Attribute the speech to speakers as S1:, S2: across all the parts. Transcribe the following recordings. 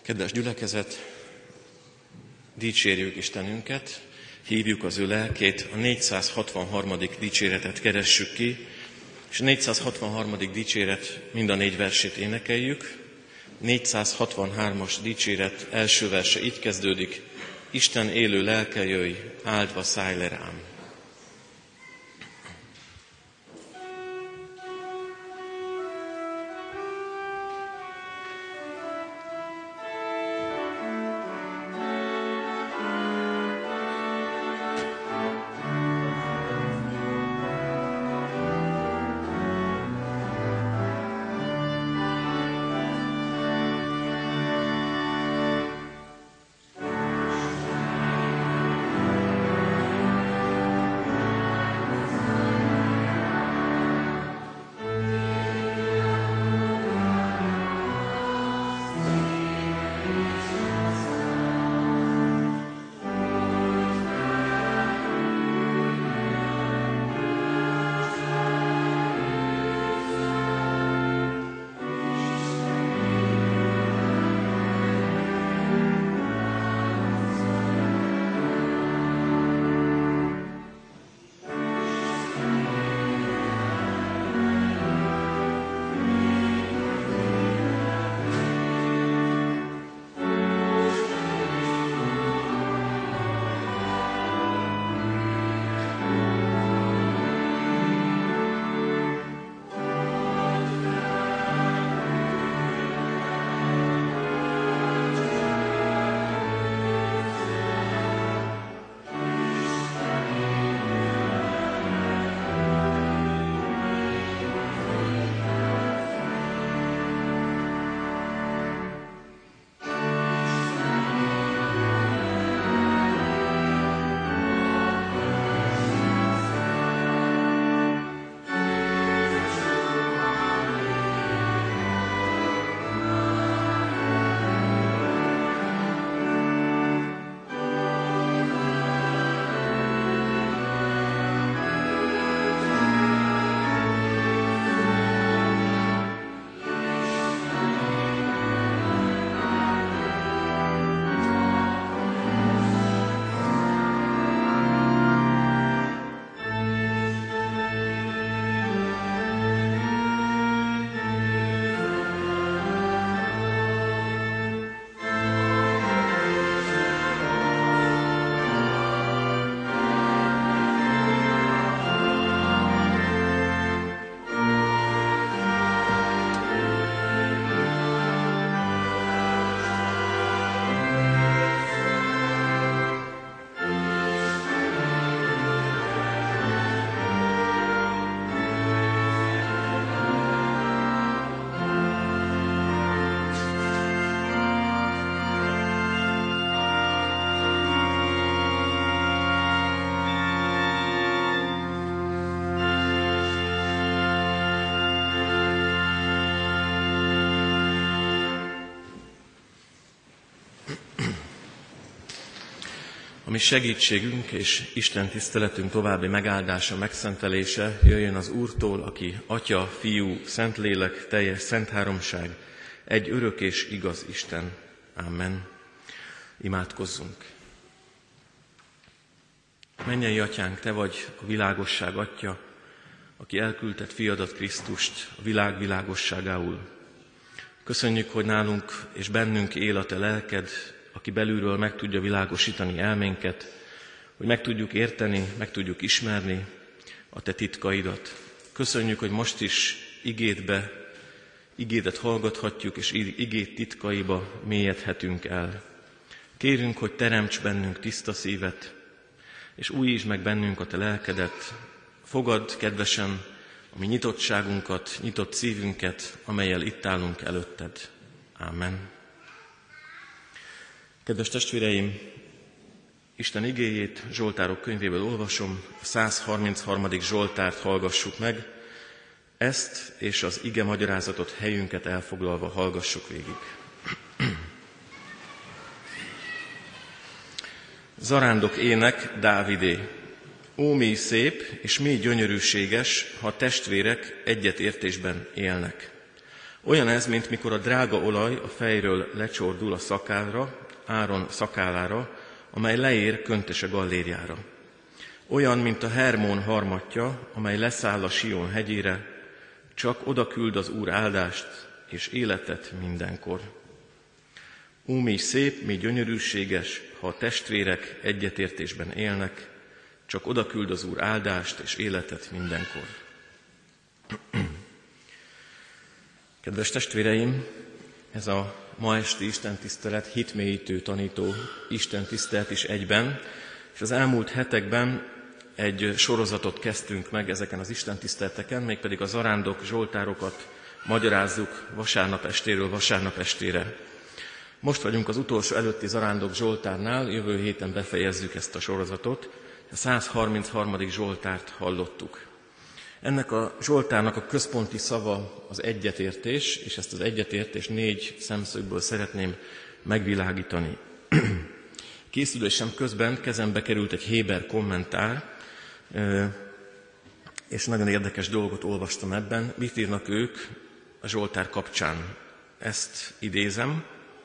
S1: Kedves gyülekezet, dicsérjük Istenünket, hívjuk az ő lelkét, a 463. dicséretet keressük ki, és a 463. dicséret mind a 4 versét énekeljük. 463-as dicséret első verse így kezdődik: Isten élő lelke jöjj, áldva szállj le rám. A mi segítségünk és Isten tiszteletünk további megáldása, megszentelése jöjjön az Úrtól, aki Atya, Fiú, Szentlélek, teljes szent háromság, egy örök és igaz Isten. Amen. Imádkozzunk. Mennyei Atyánk, Te vagy a világosság Atya, aki elküldted Fiadat Krisztust a világ világosságául. Köszönjük, hogy nálunk és bennünk él a Te lelked, aki belülről meg tudja világosítani elménket, hogy meg tudjuk érteni, meg tudjuk ismerni a Te titkaidat. Köszönjük, hogy most is igédet hallgathatjuk, és igéd titkaiba mélyedhetünk el. Kérünk, hogy teremts bennünk tiszta szívet, és újítsd meg bennünk a Te lelkedet. Fogadd kedvesen a mi nyitottságunkat, nyitott szívünket, amellyel itt állunk előtted. Ámen. Kedves testvéreim, Isten igéjét Zsoltárok könyvéből olvasom, a 133. Zsoltárt hallgassuk meg, ezt és az ige magyarázatot helyünket elfoglalva hallgassuk végig. Zarándok ének Dávidé. Ó, mi szép és mi gyönyörűséges, ha testvérek egyetértésben élnek. Olyan ez, mint mikor a drága olaj a fejről lecsordul a szakálra, Áron szakállára, amely leér Köntese gallérjára. Olyan, mint a Hermón harmatja, amely leszáll a Sion hegyére, csak oda küld az Úr áldást és életet mindenkor. Ó, mi szép, mi gyönyörűséges, ha a testvérek egyetértésben élnek, csak oda küld az Úr áldást és életet mindenkor. Kedves testvéreim, ez a ma esti istentisztelet hitmélyítő, tanító istentisztelet is egyben, és az elmúlt hetekben egy sorozatot kezdtünk meg ezeken az istentiszteleteken, mégpedig a zarándok, zsoltárokat magyarázzuk vasárnap estéről vasárnap estére. Most vagyunk az utolsó előtti zarándok zsoltárnál, jövő héten befejezzük ezt a sorozatot, a 133. zsoltárt hallottuk. Ennek a zsoltárnak a központi szava az egyetértés, és ezt az egyetértést 4 szemszögből szeretném megvilágítani. Készülésem közben kezembe került egy Héber kommentár, és nagyon érdekes dolgot olvastam ebben. Mit írnak ők a zsoltár kapcsán? Ezt idézem.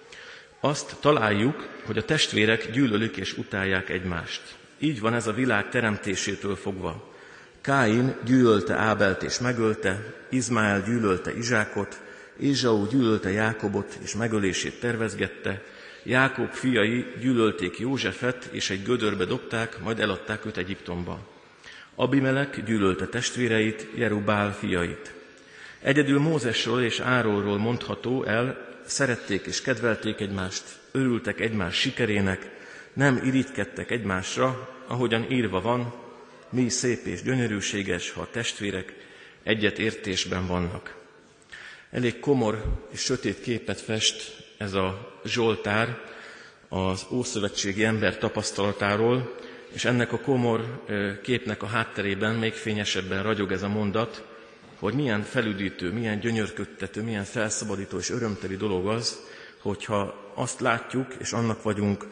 S1: Azt találjuk, hogy a testvérek gyűlölik és utálják egymást. Így van ez a világ teremtésétől fogva. Káin gyűlölte Ábelt és megölte, Izmael gyűlölte Izsákot, Ézsau gyűlölte Jákobot és megölését tervezgette, Jákob fiai gyűlölték Józsefet és egy gödörbe dobták, majd eladták őt Egyiptomba. Abimelek gyűlölte testvéreit, Jerubál fiait. Egyedül Mózesről és Áronról mondható el, szerették és kedvelték egymást, örültek egymás sikerének, nem irigykedtek egymásra, ahogyan írva van, mi szép és gyönyörűséges, ha a testvérek egyetértésben vannak. Elég komor és sötét képet fest ez a zsoltár az ószövetségi ember tapasztalatáról, és ennek a komor képnek a hátterében még fényesebben ragyog ez a mondat, hogy milyen felüdítő, milyen gyönyörködtető, milyen felszabadító és örömteli dolog az, hogyha azt látjuk, és annak vagyunk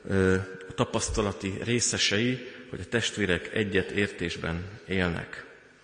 S1: tapasztalati részesei, hogy a testvérek egyetértésben élnek.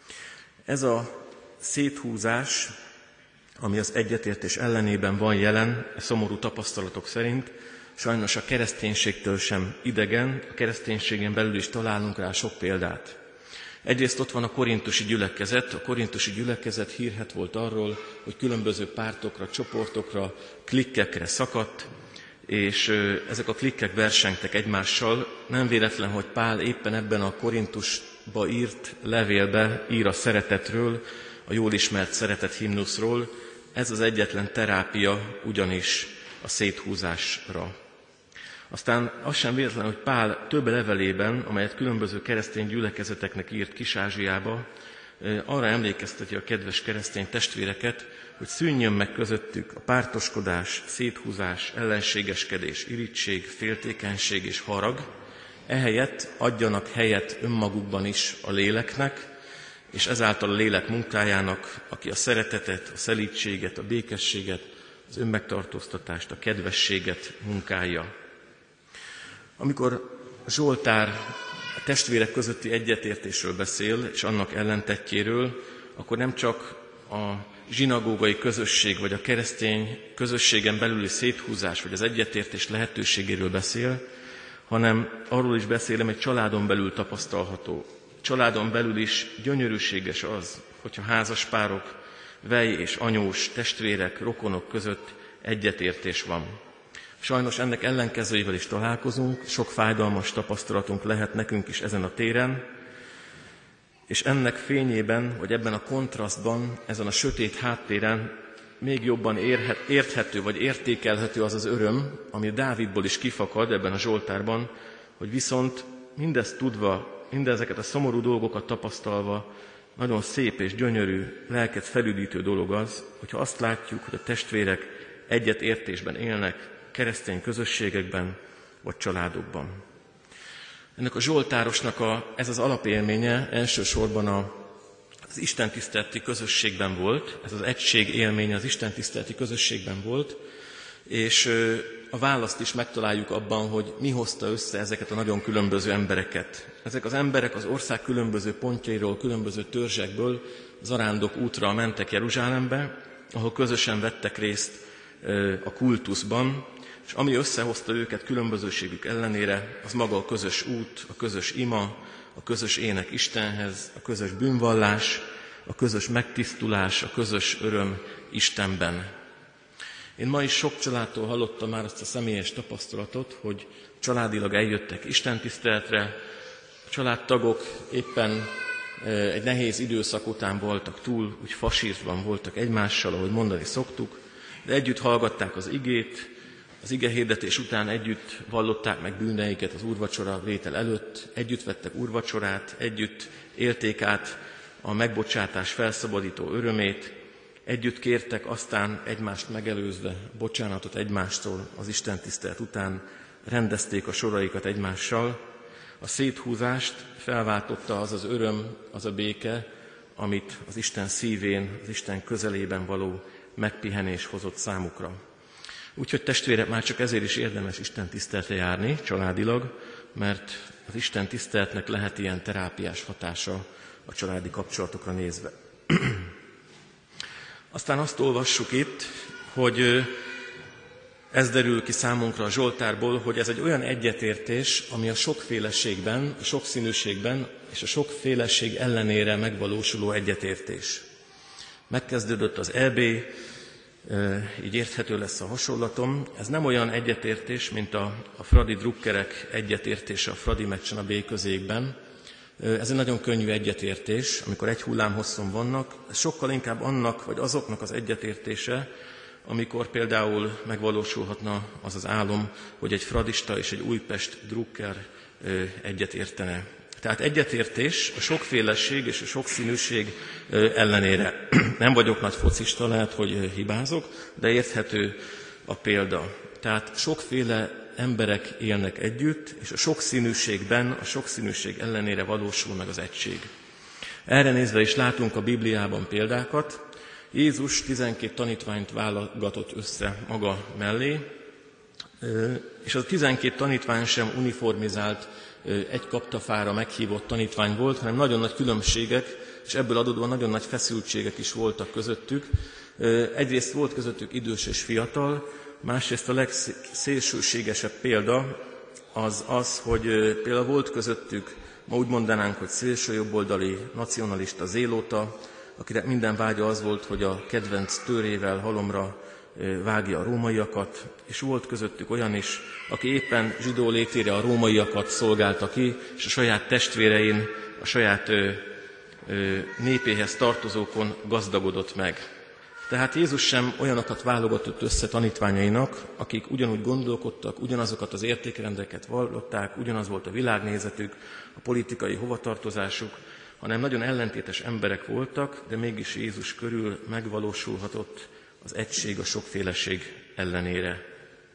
S1: Ez a széthúzás, ami az egyetértés ellenében van jelen, a szomorú tapasztalatok szerint, sajnos a kereszténységtől sem idegen, a kereszténységen belül is találunk rá sok példát. Egyrészt ott van a korintusi gyülekezet. A korintusi gyülekezet hírhedt volt arról, hogy különböző pártokra, csoportokra, klikkekre szakadt, és ezek a klikkek versengtek egymással. Nem véletlen, hogy Pál éppen ebben a Korintusba írt levélbe ír a szeretetről, a jól ismert szeretet himnuszról. Ez az egyetlen terápia ugyanis a széthúzásra. Aztán az sem véletlen, hogy Pál több levelében, amelyet különböző keresztény gyülekezeteknek írt Kis-Ázsiába, arra emlékezteti a kedves keresztény testvéreket, hogy szűnjön meg közöttük a pártoskodás, széthúzás, ellenségeskedés, irigység, féltékenység és harag, ehelyett adjanak helyet önmagukban is a léleknek, és ezáltal a lélek munkájának, aki a szeretetet, a szelídséget, a békességet, az önmegtartóztatást, a kedvességet munkálja. Amikor Zsoltár a testvérek közötti egyetértésről beszél, és annak ellentettjéről, akkor nem csak a zsinagógai közösség, vagy a keresztény közösségen belüli széthúzás, vagy az egyetértés lehetőségéről beszél, hanem arról is beszélem, egy családon belül tapasztalható. Családon belül is gyönyörűséges az, hogyha házaspárok, vej és anyós, testvérek, rokonok között egyetértés van. Sajnos ennek ellenkezőivel is találkozunk, sok fájdalmas tapasztalatunk lehet nekünk is ezen a téren, és ennek fényében, vagy ebben a kontrasztban, ezen a sötét háttéren még jobban érthető, vagy értékelhető az az öröm, ami Dávidból is kifakad ebben a zsoltárban, hogy viszont mindezt tudva, mindezeket a szomorú dolgokat tapasztalva, nagyon szép és gyönyörű, lelket felüdítő dolog az, hogyha azt látjuk, hogy a testvérek egyetértésben élnek, keresztény közösségekben vagy családokban. Ennek a zsoltárosnak ez az alapélménye elsősorban az istentiszteleti közösségben volt, ez az egység élménye az istentiszteleti közösségben volt, és a választ is megtaláljuk abban, hogy mi hozta össze ezeket a nagyon különböző embereket. Ezek az emberek az ország különböző pontjairól, különböző törzsekből zarándok útra mentek Jeruzsálembe, ahol közösen vettek részt a kultuszban, és ami összehozta őket különbözőségük ellenére, az maga a közös út, a közös ima, a közös ének Istenhez, a közös bűnvallás, a közös megtisztulás, a közös öröm Istenben. Én ma is sok családtól hallottam már azt a személyes tapasztalatot, hogy családilag eljöttek istentiszteletre, a családtagok éppen egy nehéz időszak után voltak túl, úgy fasírtban voltak egymással, ahogy mondani szoktuk, de együtt hallgatták az igét, az igehirdetés után együtt vallották meg bűneiket az úrvacsora vétel előtt, együtt vettek úrvacsorát, együtt élték át a megbocsátás felszabadító örömét, együtt kértek aztán egymást megelőzve bocsánatot egymástól az istentisztelet után, rendezték a soraikat egymással. A széthúzást felváltotta az az öröm, az a béke, amit az Isten szívén, az Isten közelében való megpihenés hozott számukra. Úgyhogy testvérek, már csak ezért is érdemes istentiszteletre járni családilag, mert az istentiszteletnek lehet ilyen terápiás hatása a családi kapcsolatokra nézve. Aztán azt olvassuk itt, hogy ez derül ki számunkra a Zsoltárból, hogy ez egy olyan egyetértés, ami a sokféleségben, a sokszínűségben és a sokféleség ellenére megvalósuló egyetértés. Megkezdődött az EB, így érthető lesz a hasonlatom. Ez nem olyan egyetértés, mint a fradi drukkerek egyetértése a Fradi meccsen a B-közékben. Ez egy nagyon könnyű egyetértés, amikor egy hullámhosszon vannak. Ez sokkal inkább annak, vagy azoknak az egyetértése, amikor például megvalósulhatna az az álom, hogy egy fradista és egy Újpest drukker egyetértene. Tehát egyetértés a sokféleség és a sokszínűség ellenére. Nem vagyok nagy focista, lehet, hogy hibázok, de érthető a példa. Tehát sokféle emberek élnek együtt, és a sokszínűségben, a sokszínűség ellenére valósul meg az egység. Erre nézve is látunk a Bibliában példákat. Jézus 12 tanítványt válogatott össze maga mellé, és az a 12 tanítvány sem uniformizált, egy kaptafára meghívott tanítvány volt, hanem nagyon nagy különbségek, és ebből adódóan nagyon nagy feszültségek is voltak közöttük. Egyrészt volt közöttük idős és fiatal, másrészt a legszélsőségesebb példa az, hogy például volt közöttük, ma úgy mondanánk, hogy szélsőjobboldali, nacionalista zélóta, akinek minden vágya az volt, hogy a kedvenc tőrével halomra vágja a rómaiakat, és volt közöttük olyan is, aki éppen zsidó létére a rómaiakat szolgálta ki, és a saját testvérein, a saját népéhez tartozókon gazdagodott meg. Tehát Jézus sem olyanokat válogatott össze tanítványainak, akik ugyanúgy gondolkodtak, ugyanazokat az értékrendeket vallották, ugyanaz volt a világnézetük, a politikai hovatartozásuk, hanem nagyon ellentétes emberek voltak, de mégis Jézus körül megvalósulhatott az egység a sokféleség ellenére.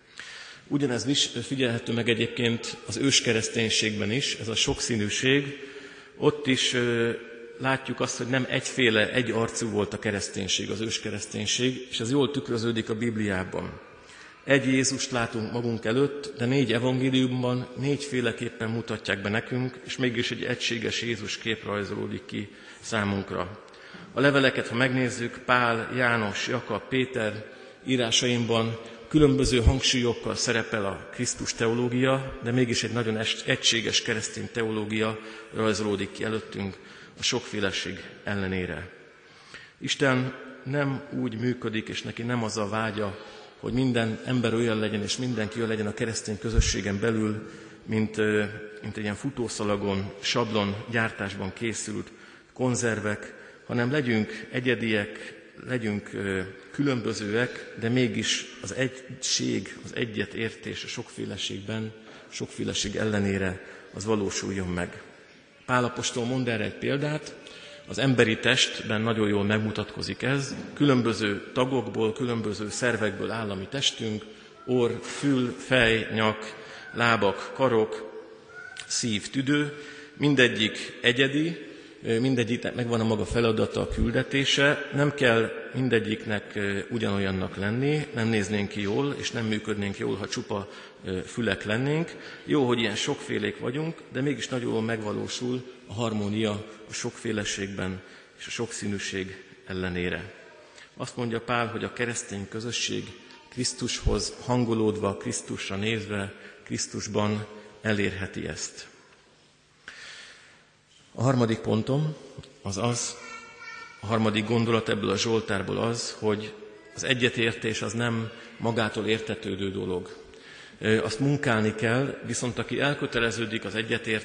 S1: Ugyanez figyelhető meg egyébként az őskereszténységben is, ez a sokszínűség. Ott is látjuk azt, hogy nem egyféle, egyarcú volt a kereszténység, az őskereszténység, és ez jól tükröződik a Bibliában. Egy Jézust látunk magunk előtt, de 4 evangéliumban 4-féleképpen mutatják be nekünk, és mégis egy egységes Jézus kép rajzolódik ki számunkra. A leveleket, ha megnézzük, Pál, János, Jakab, Péter írásaimban különböző hangsúlyokkal szerepel a Krisztus teológia, de mégis egy nagyon egységes keresztény teológia rajzolódik ki előttünk a sokféleség ellenére. Isten nem úgy működik, és neki nem az a vágya, hogy minden ember olyan legyen, és mindenki olyan legyen a keresztény közösségen belül, mint egy ilyen futószalagon, sablon gyártásban készült konzervek, hanem legyünk egyediek, legyünk különbözőek, de mégis az egység, az egyetértés a sokféleségben, sokféleség ellenére az valósuljon meg. Pál apostol mond erre egy példát, az emberi testben nagyon jól megmutatkozik ez, különböző tagokból, különböző szervekből áll a mi testünk, orr, fül, fej, nyak, lábak, karok, szív, tüdő, mindegyik egyedi, mindegyiknek megvan a maga feladata, a küldetése, nem kell mindegyiknek ugyanolyannak lenni, nem néznénk ki jól, és nem működnénk jól, ha csupa fülek lennénk. Jó, hogy ilyen sokfélék vagyunk, de mégis nagyon jól megvalósul a harmónia a sokféleségben és a sokszínűség ellenére. Azt mondja Pál, hogy a keresztény közösség Krisztushoz hangolódva, Krisztusra nézve, Krisztusban elérheti ezt. A harmadik pontom a harmadik gondolat ebből a Zsoltárból az, hogy az egyetértés az nem magától értetődő dolog. Azt munkálni kell, viszont aki elköteleződik az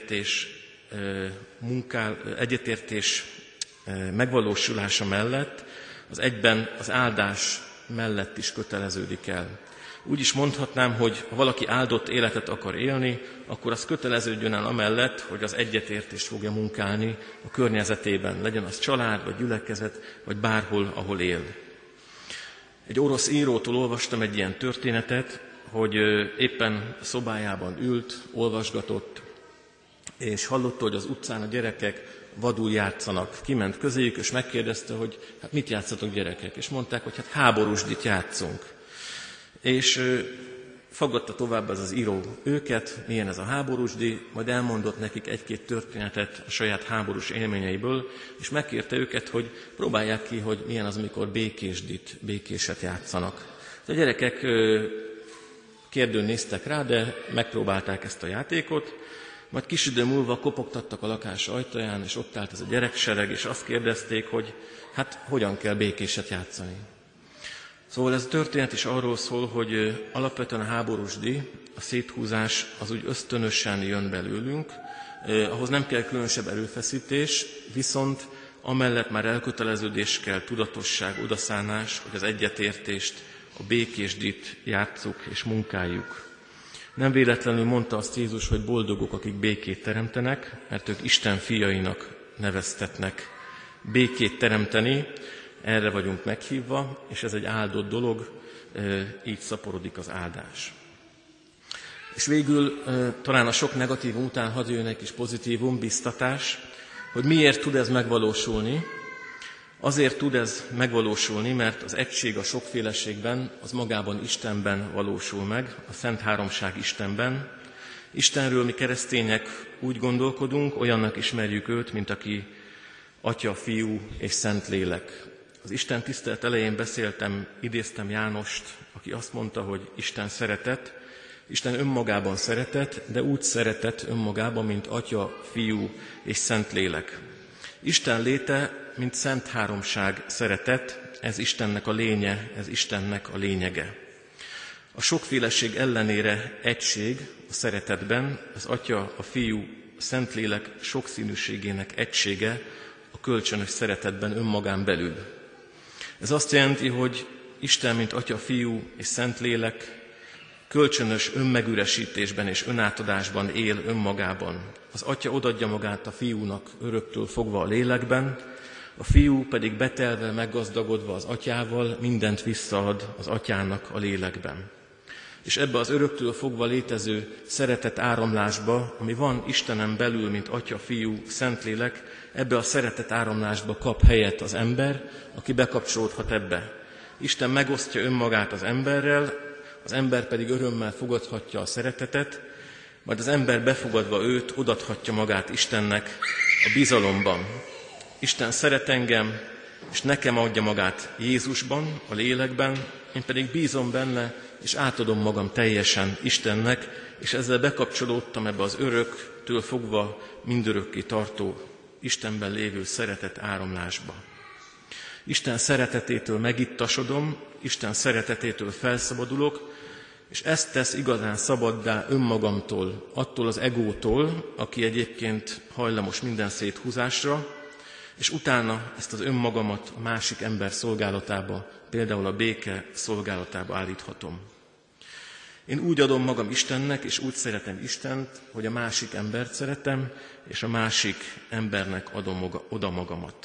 S1: egyetértés megvalósulása mellett, az egyben az áldás mellett is köteleződik el. Úgy is mondhatnám, hogy ha valaki áldott életet akar élni, akkor az köteleződjön el amellett, hogy az egyetértést fogja munkálni a környezetében, legyen az család, vagy gyülekezet, vagy bárhol, ahol él. Egy orosz írótól olvastam egy ilyen történetet, hogy éppen a szobájában ült, olvasgatott, és hallotta, hogy az utcán a gyerekek vadul játszanak. Kiment közéjük, és megkérdezte, hogy hát mit játszatok gyerekek? És mondták, hogy hát háborúsdit játszunk. És faggatta tovább az író őket, milyen ez a háborúsdi, majd elmondott nekik egy-két történetet a saját háborús élményeiből, és megkérte őket, hogy próbálják ki, hogy milyen az, amikor békéset játszanak. A gyerekek kérdőn néztek rá, de megpróbálták ezt a játékot, majd kis idő múlva kopogtattak a lakás ajtaján, és ott állt ez a gyereksereg, és azt kérdezték, hogy hát hogyan kell békéset játszani. Szóval ez a történet is arról szól, hogy alapvetően a háborúsdi, a széthúzás az úgy ösztönösen jön belőlünk, ahhoz nem kell különösebb erőfeszítés, viszont amellett már elköteleződés kell, tudatosság, odaszánás, hogy az egyetértést, a békésdit játsszuk és munkáljuk. Nem véletlenül mondta azt Jézus, hogy boldogok, akik békét teremtenek, mert ők Isten fiainak neveztetnek. Békét teremteni, erre vagyunk meghívva, és ez egy áldott dolog, így szaporodik az áldás. És végül talán a sok negatívum után hadd jöjjön egy kis pozitívum, biztatás, hogy miért tud ez megvalósulni. Azért tud ez megvalósulni, mert az egység a sokféleségben, az magában Istenben valósul meg, a Szent Háromság Istenben. Istenről mi keresztények úgy gondolkodunk, olyannak ismerjük őt, mint aki Atya, Fiú és Szentlélek. Az Isten tisztelet elején idéztem Jánost, aki azt mondta, hogy Isten szeretet, Isten önmagában szeretet, de úgy szeretett önmagában, mint Atya, Fiú és Szentlélek. Isten léte, mint Szent Háromság szeretet, ez Istennek a lénye, ez Istennek a lényege. A sokféleség ellenére egység a szeretetben, az Atya, a Fiú, a Szentlélek sokszínűségének egysége a kölcsönös szeretetben önmagán belül. Ez azt jelenti, hogy Isten, mint Atya, Fiú és Szentlélek kölcsönös önmegüresítésben és önátadásban él önmagában. Az Atya odaadja magát a Fiúnak öröktől fogva a lélekben, a Fiú pedig betelve, meggazdagodva az Atyával mindent visszaad az Atyának a lélekben. És ebbe az öröktől fogva létező szeretet áramlásba, ami van Istenen belül, mint Atya, Fiú, Szentlélek, ebbe a szeretet áramlásba kap helyet az ember, aki bekapcsolódhat ebbe. Isten megosztja önmagát az emberrel, az ember pedig örömmel fogadhatja a szeretetet, majd az ember befogadva őt odaadhatja magát Istennek a bizalomban. Isten szeret engem, és nekem adja magát Jézusban, a lélekben, én pedig bízom benne, és átadom magam teljesen Istennek, és ezzel bekapcsolódtam ebbe az öröktől fogva mindörökké tartó Istenben lévő szeretet áramlásba. Isten szeretetétől megittasodom, Isten szeretetétől felszabadulok, és ezt tesz igazán szabaddá önmagamtól, attól az egótól, aki egyébként hajlamos minden széthúzásra, és utána ezt az önmagamat a másik ember szolgálatába, például a béke szolgálatába állíthatom. Én úgy adom magam Istennek, és úgy szeretem Istent, hogy a másik embert szeretem, és a másik embernek adom oda magamat.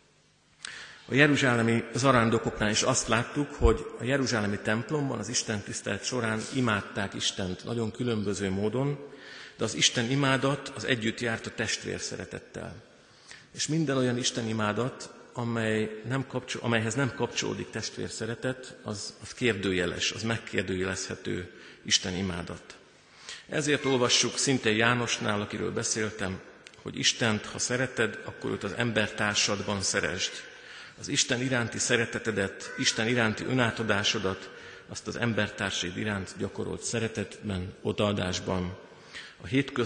S1: A jeruzsálemi zarándokoknál is azt láttuk, hogy a jeruzsálemi templomban az Isten tisztelet során imádták Istent nagyon különböző módon, de az Isten imádat az együtt járt a testvérszeretettel. És minden olyan Isten imádat, amelyhez nem kapcsolódik testvérszeretet, az kérdőjeles, az megkérdőjelezhető Isten imádat. Ezért olvassuk szintén Jánosnál, akiről beszéltem, hogy Istent, ha szereted, akkor őt az embertársadban szeresd. az Isten iránti szeretetedet, Isten iránti önátadásodat, azt az embertársaid iránt gyakorolt szeretetben, odaadásban, a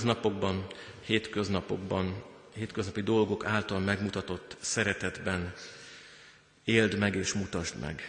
S1: hétköznapi dolgok által megmutatott szeretetben éld meg és mutasd meg.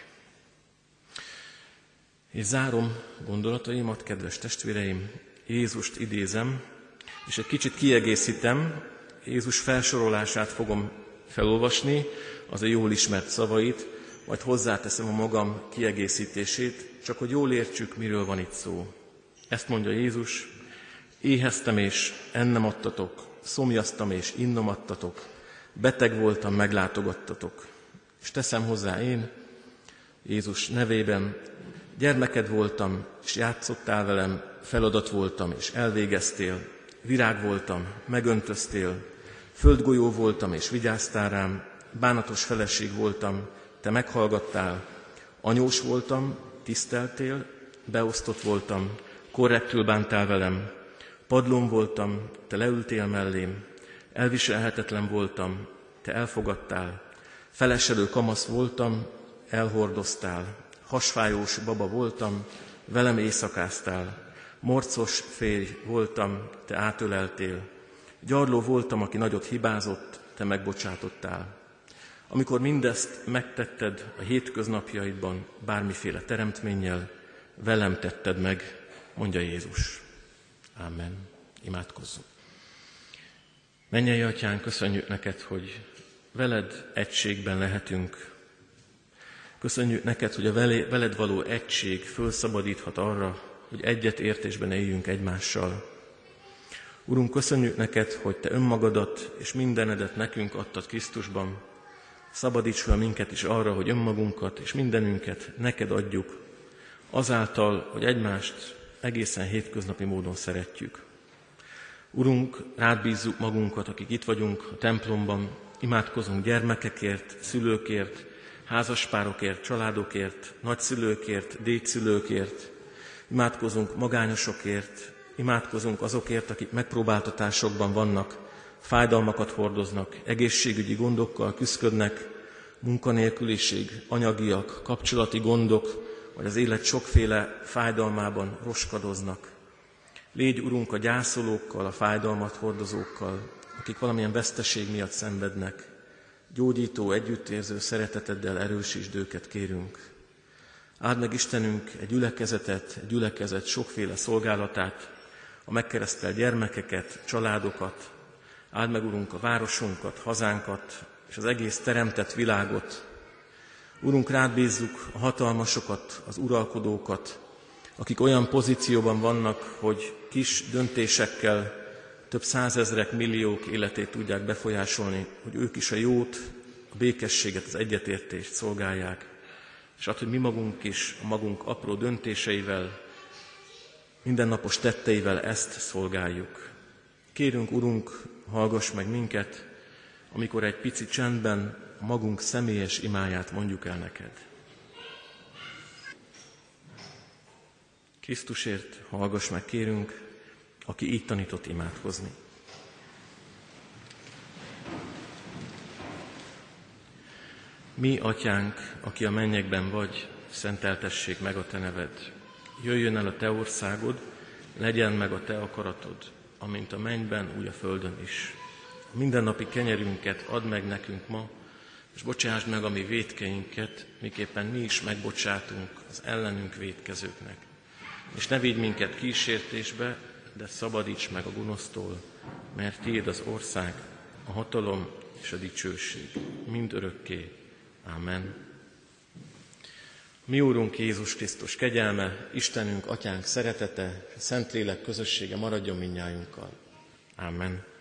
S1: És zárom gondolataimat, kedves testvéreim, Jézust idézem, és egy kicsit kiegészítem, Jézus felsorolását fogom felolvasni, az a jól ismert szavait, majd hozzáteszem a magam kiegészítését, csak hogy jól értsük, miről van itt szó. Ezt mondja Jézus: éheztem és ennem adtatok, szomjaztam és innom adtatok, beteg voltam, meglátogattatok. És teszem hozzá én, Jézus nevében: gyermeked voltam, és játszottál velem, feladat voltam, és elvégeztél, virág voltam, megöntöztél, földgolyó voltam, és vigyáztál rám, bánatos feleség voltam, te meghallgattál, anyós voltam, tiszteltél, beosztott voltam, korrektül bántál velem, padlón voltam, te leültél mellém, elviselhetetlen voltam, te elfogadtál, feleselő kamasz voltam, elhordoztál, hasfájós baba voltam, velem éjszakáztál, morcos férj voltam, te átöleltél, gyarló voltam, aki nagyot hibázott, te megbocsátottál. Amikor mindezt megtetted a hétköznapjaidban bármiféle teremtménnyel, velem tetted meg, mondja Jézus. Ámen. Imádkozzunk. Mennyei Atyánk, köszönjük neked, hogy veled egységben lehetünk. Köszönjük neked, hogy a veled való egység fölszabadíthat arra, hogy egyetértésben éljünk egymással. Urunk, köszönjük neked, hogy te önmagadat és mindenedet nekünk adtad Krisztusban. Szabadíts fel minket is arra, hogy önmagunkat és mindenünket neked adjuk, azáltal, hogy egymást egészen hétköznapi módon szeretjük. Urunk, rád bízzuk magunkat, akik itt vagyunk a templomban, imádkozunk gyermekekért, szülőkért, házaspárokért, családokért, nagyszülőkért, dédszülőkért, imádkozunk magányosokért, imádkozunk azokért, akik megpróbáltatásokban vannak, fájdalmakat hordoznak, egészségügyi gondokkal küszködnek, munkanélküliség, anyagiak, kapcsolati gondok, vagy az élet sokféle fájdalmában roskadoznak. Légy, Urunk, a gyászolókkal, a fájdalmat hordozókkal, akik valamilyen veszteség miatt szenvednek. Gyógyító, együttérző szereteteddel erősítsd őket, kérünk. Áld meg, Istenünk, egy gyülekezet sokféle szolgálatát, a megkeresztelt gyermekeket, családokat. Áld meg, Urunk, a városunkat, hazánkat és az egész teremtett világot. Urunk, rád bízzuk a hatalmasokat, az uralkodókat, akik olyan pozícióban vannak, hogy kis döntésekkel több százezrek, milliók életét tudják befolyásolni, hogy ők is a jót, a békességet, az egyetértést szolgálják. És hogy mi magunk is a magunk apró döntéseivel, mindennapos tetteivel ezt szolgáljuk. Kérünk, Urunk, hallgass meg minket, amikor egy pici csendben a magunk személyes imáját mondjuk el neked. Krisztusért hallgass meg, kérünk, aki így tanított imádkozni. Mi, Atyánk, aki a mennyekben vagy, szenteltessék meg a te neved. Jöjjön el a te országod, legyen meg a te akaratod, amint a mennyben, úgy a földön is. A mindennapi kenyerünket add meg nekünk ma, és bocsásd meg a mi vétkeinket, miképpen mi is megbocsátunk az ellenünk vétkezőknek. És ne vigy minket kísértésbe, de szabadíts meg a gonosztól, mert tiéd az ország, a hatalom és a dicsőség, mind örökké. Ámen. Mi Úrunk Jézus Krisztus kegyelme, Istenünk, Atyánk szeretete, és a Szentlélek közössége maradjon mindnyájunkkal. Ámen.